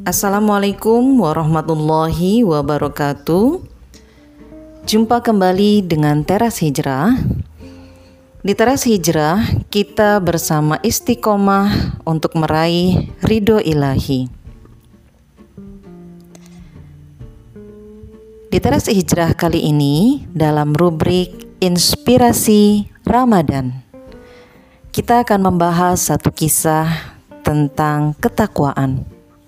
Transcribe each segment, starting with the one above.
Assalamualaikum warahmatullahi wabarakatuh. Jumpa kembali dengan Teras Hijrah. Di Teras Hijrah kita bersama istiqomah untuk meraih ridho ilahi. Di Teras Hijrah kali ini dalam rubrik Inspirasi Ramadan, kita akan membahas satu kisah tentang ketakwaan.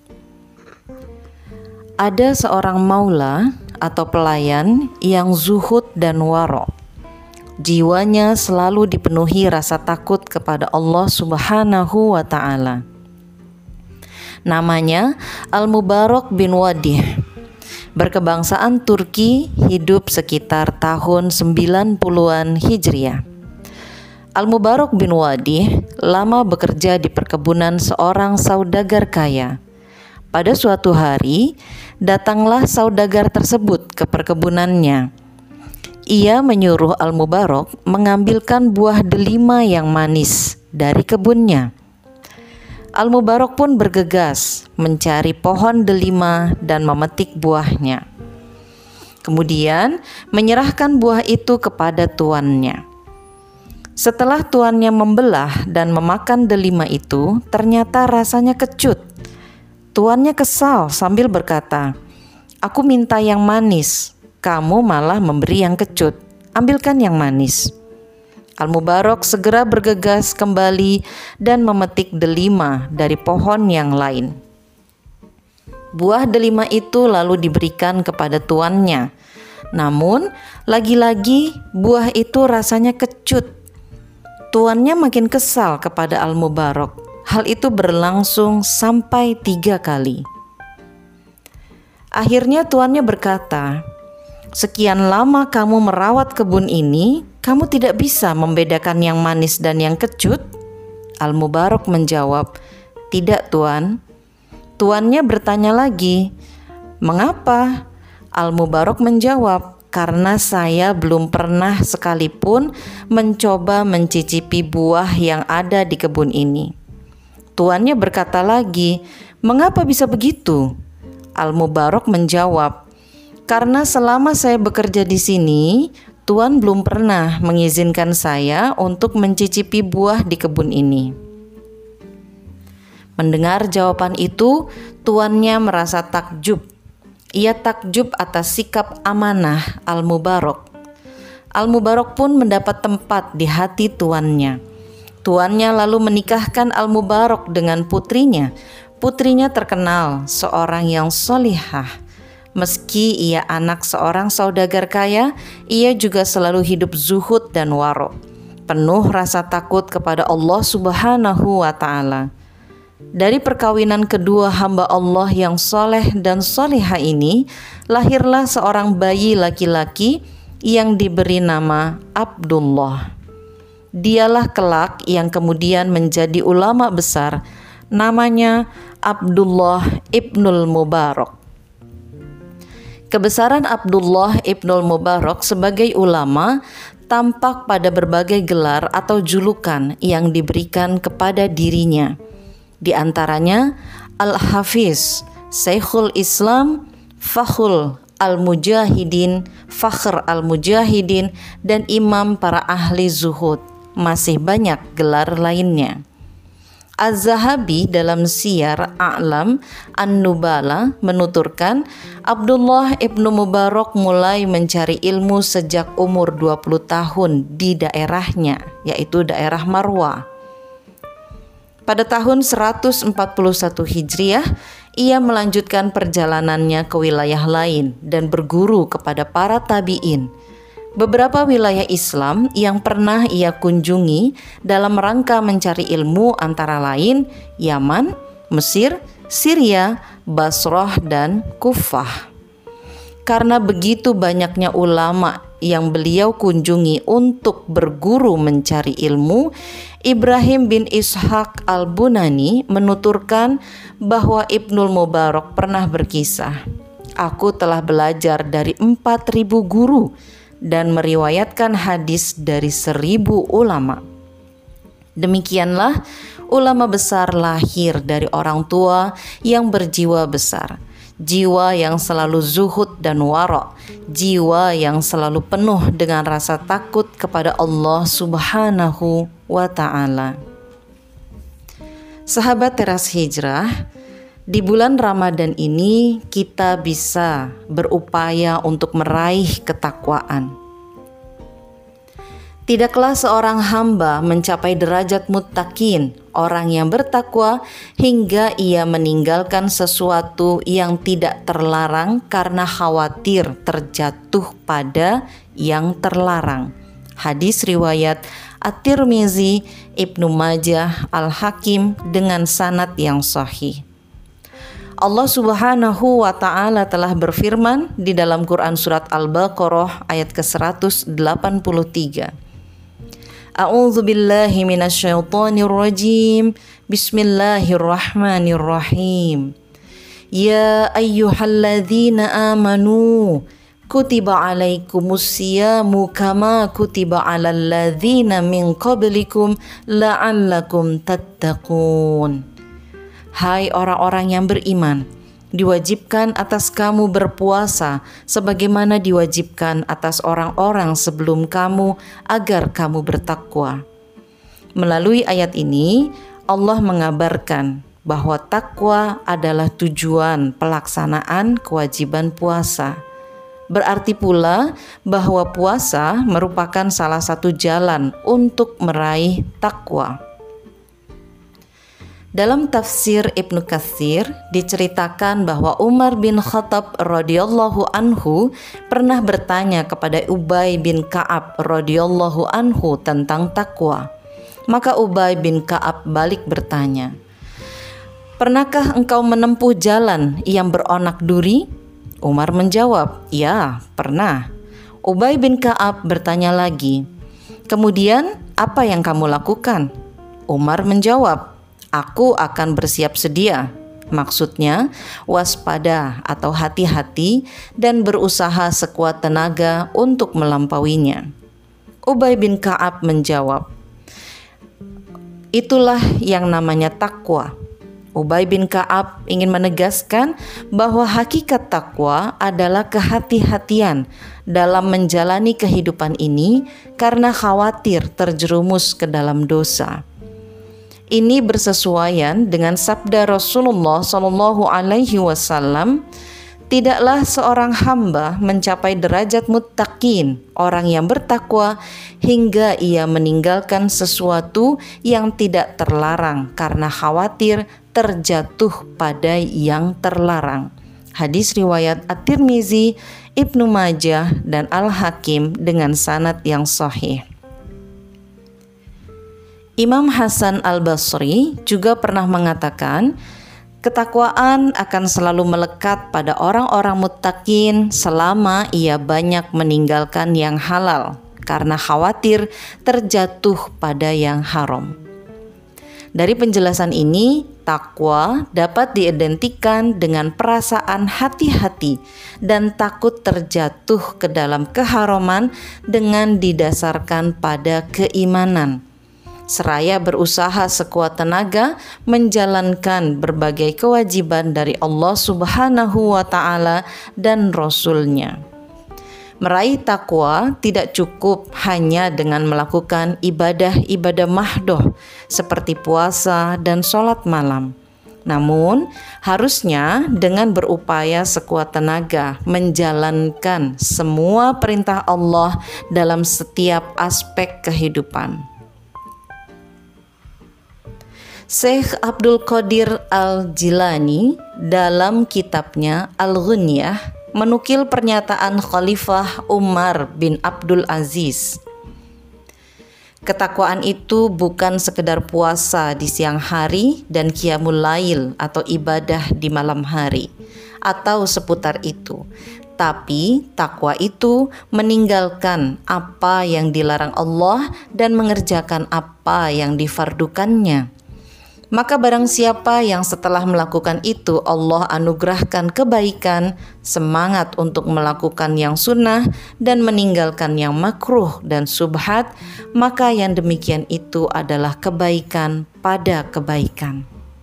Ada seorang maula atau pelayan yang zuhud dan waro. Jiwanya selalu dipenuhi rasa takut kepada Allah Subhanahu wa ta'ala. Namanya Al-Mubarak bin Wadih. Berkebangsaan Turki, hidup sekitar tahun 90-an Hijriah. Al-Mubarak bin Wadih lama bekerja di perkebunan seorang saudagar kaya. Pada suatu hari, datanglah saudagar tersebut ke perkebunannya. Ia menyuruh Al-Mubarak mengambilkan buah delima yang manis dari kebunnya. Al-Mubarak pun bergegas mencari pohon delima dan memetik buahnya. Kemudian menyerahkan buah itu kepada tuannya. Setelah tuannya membelah dan memakan delima itu, ternyata rasanya kecut. Tuannya kesal sambil berkata, "Aku minta yang manis, kamu malah memberi yang kecut. Ambilkan yang manis." Al-Mubarak segera bergegas kembali dan memetik delima dari pohon yang lain. Buah delima itu lalu diberikan kepada tuannya. Namun, lagi-lagi buah itu rasanya kecut. Tuannya makin kesal kepada Al-Mubarak. Hal itu berlangsung sampai 3 kali. Akhirnya tuannya berkata, "Sekian lama kamu merawat kebun ini, kamu tidak bisa membedakan yang manis dan yang kecut?" Al-Mubarak menjawab, "Tidak, Tuan." Tuannya bertanya lagi, "Mengapa?" Al-Mubarak menjawab, "Karena saya belum pernah sekalipun mencoba mencicipi buah yang ada di kebun ini." Tuannya berkata lagi, "Mengapa bisa begitu?" Al-Mubarak menjawab, "Karena selama saya bekerja di sini, Tuan belum pernah mengizinkan saya untuk mencicipi buah di kebun ini." Mendengar jawaban itu, tuannya merasa takjub. Ia takjub atas sikap amanah Al-Mubarak. Al-Mubarak pun mendapat tempat di hati tuannya. Tuannya lalu menikahkan Al-Mubarak dengan putrinya. Putrinya terkenal seorang yang solihah. Meski ia anak seorang saudagar kaya, ia juga selalu hidup zuhud dan waro, penuh rasa takut kepada Allah Subhanahu wa ta'ala. Dari perkawinan kedua hamba Allah yang soleh dan solihah ini, lahirlah seorang bayi laki-laki yang diberi nama Abdullah. Dialah kelak yang kemudian menjadi ulama besar, namanya Abdullah ibnul Mubarak. Kebesaran Abdullah ibnul Mubarak sebagai ulama tampak pada berbagai gelar atau julukan yang diberikan kepada dirinya. Di antaranya Al-Hafiz, Syekhul Islam, Fakhrul Al-Mujahidin, Fakhr Al-Mujahidin, dan Imam para ahli zuhud. Masih banyak gelar lainnya. Az-Zahabi dalam Siyar A'lam An-Nubala menuturkan, Abdullah ibnu Mubarak mulai mencari ilmu sejak umur 20 tahun di daerahnya, yaitu daerah Marwah. Pada tahun 141 Hijriah, ia melanjutkan perjalanannya ke wilayah lain dan berguru kepada para tabi'in. Beberapa wilayah Islam yang pernah ia kunjungi dalam rangka mencari ilmu antara lain Yaman, Mesir, Syria, Basrah, dan Kufah. Karena begitu banyaknya ulama yang beliau kunjungi untuk berguru mencari ilmu, Ibrahim bin Ishaq al-Bunani menuturkan bahwa Ibnul Mubarak pernah berkisah, "Aku telah belajar dari 4.000 guru dan meriwayatkan hadis dari 1.000 ulama." Demikianlah ulama besar lahir dari orang tua yang berjiwa besar, jiwa yang selalu zuhud dan wara', jiwa yang selalu penuh dengan rasa takut kepada Allah Subhanahu wa ta'ala. Sahabat Teras Hijrah, di bulan Ramadan ini kita bisa berupaya untuk meraih ketakwaan. Tidaklah seorang hamba mencapai derajat muttaqin, orang yang bertakwa, hingga ia meninggalkan sesuatu yang tidak terlarang karena khawatir terjatuh pada yang terlarang. Hadis riwayat At-Tirmizi, Ibnu Majah, Al-Hakim dengan sanad yang sahih. Allah Subhanahu wa ta'ala telah berfirman di dalam Quran surat Al-Baqarah ayat ke-183. A'udzu billahi minasyaitonir rajim. Bismillahirrahmanirrahim. Ya ayyuhalladzina amanu kutiba alaikumusyamu kama kutiba alal ladzina min qablikum la'allakum tattaqun. Hai orang-orang yang beriman, diwajibkan atas kamu berpuasa sebagaimana diwajibkan atas orang-orang sebelum kamu agar kamu bertakwa. Melalui ayat ini Allah mengabarkan bahwa takwa adalah tujuan pelaksanaan kewajiban puasa. Berarti pula bahwa puasa merupakan salah satu jalan untuk meraih takwa. Dalam tafsir Ibnu Katsir diceritakan bahwa Umar bin Khattab radhiyallahu anhu pernah bertanya kepada Ubay bin Ka'ab radhiyallahu anhu tentang takwa. Maka Ubay bin Ka'ab balik bertanya, "Pernahkah engkau menempuh jalan yang beronak duri?" Umar menjawab, "Ya, pernah." Ubay bin Ka'ab bertanya lagi, "Kemudian apa yang kamu lakukan?" Umar menjawab, "Aku akan bersiap sedia." Maksudnya waspada atau hati-hati dan berusaha sekuat tenaga untuk melampauinya. Ubay bin Ka'ab menjawab, "Itulah yang namanya takwa." Ubay bin Ka'ab ingin menegaskan bahwa hakikat takwa adalah kehati-hatian dalam menjalani kehidupan ini karena khawatir terjerumus ke dalam dosa. Ini bersesuaian dengan sabda Rasulullah Shallallahu Alaihi Wasallam, tidaklah seorang hamba mencapai derajat muttaqin, orang yang bertakwa, hingga ia meninggalkan sesuatu yang tidak terlarang karena khawatir terjatuh pada yang terlarang. Hadis riwayat At-Tirmizi, Ibnu Majah, dan Al-Hakim dengan sanad yang sahih. Imam Hasan Al-Basri juga pernah mengatakan, ketakwaan akan selalu melekat pada orang-orang muttaqin selama ia banyak meninggalkan yang halal karena khawatir terjatuh pada yang haram. Dari penjelasan ini, takwa dapat diidentikan dengan perasaan hati-hati dan takut terjatuh ke dalam keharaman dengan didasarkan pada keimanan, seraya berusaha sekuat tenaga menjalankan berbagai kewajiban dari Allah Subhanahu wa ta'ala dan Rasul-Nya. Meraih takwa tidak cukup hanya dengan melakukan ibadah-ibadah mahdoh seperti puasa dan sholat malam. Namun, harusnya dengan berupaya sekuat tenaga menjalankan semua perintah Allah dalam setiap aspek kehidupan. Syekh Abdul Qadir Al-Jilani dalam kitabnya Al-Ghunyah menukil pernyataan Khalifah Umar bin Abdul Aziz. Ketakwaan itu bukan sekedar puasa di siang hari dan qiyamul lail atau ibadah di malam hari atau seputar itu. Tapi takwa itu meninggalkan apa yang dilarang Allah dan mengerjakan apa yang difardukannya. Maka barang siapa yang setelah melakukan itu Allah anugerahkan kebaikan, semangat untuk melakukan yang sunnah dan meninggalkan yang makruh dan subhat, maka yang demikian itu adalah kebaikan pada kebaikan.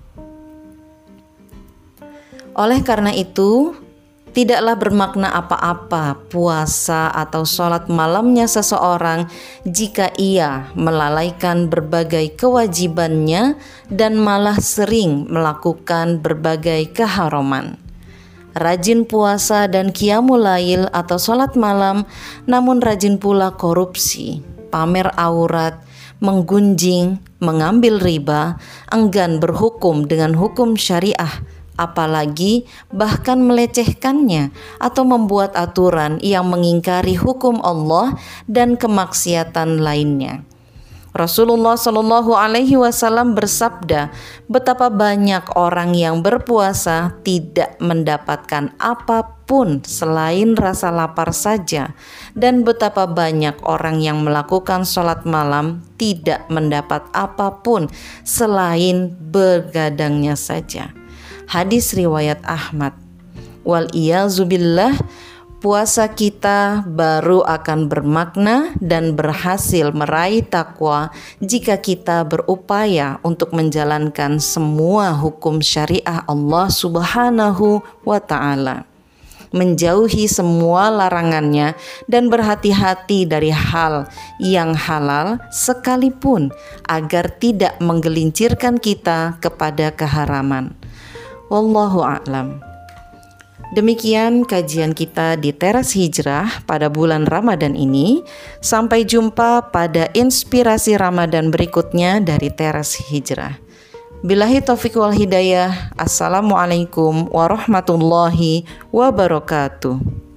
Oleh karena itu, tidaklah bermakna apa-apa puasa atau sholat malamnya seseorang jika ia melalaikan berbagai kewajibannya dan malah sering melakukan berbagai keharaman. Rajin puasa dan qiyamul lail atau sholat malam, namun rajin pula korupsi, pamer aurat, menggunjing, mengambil riba, enggan berhukum dengan hukum syariah, apalagi bahkan melecehkannya atau membuat aturan yang mengingkari hukum Allah dan kemaksiatan lainnya. Rasulullah Shallallahu Alaihi Wasallam bersabda, betapa banyak orang yang berpuasa tidak mendapatkan apapun selain rasa lapar saja, dan betapa banyak orang yang melakukan sholat malam tidak mendapat apapun selain begadangnya saja. Hadis riwayat Ahmad. Wal iyazubillah, puasa kita baru akan bermakna dan berhasil meraih takwa jika kita berupaya untuk menjalankan semua hukum syariah Allah Subhanahu wa ta'ala, menjauhi semua larangannya dan berhati-hati dari hal yang halal sekalipun agar tidak menggelincirkan kita kepada keharaman. Wallahu a'lam. Demikian kajian kita di Teras Hijrah pada bulan Ramadan ini. Sampai jumpa pada inspirasi Ramadan berikutnya dari Teras Hijrah. Billahi taufiq wal hidayah. Assalamualaikum warahmatullahi wabarakatuh.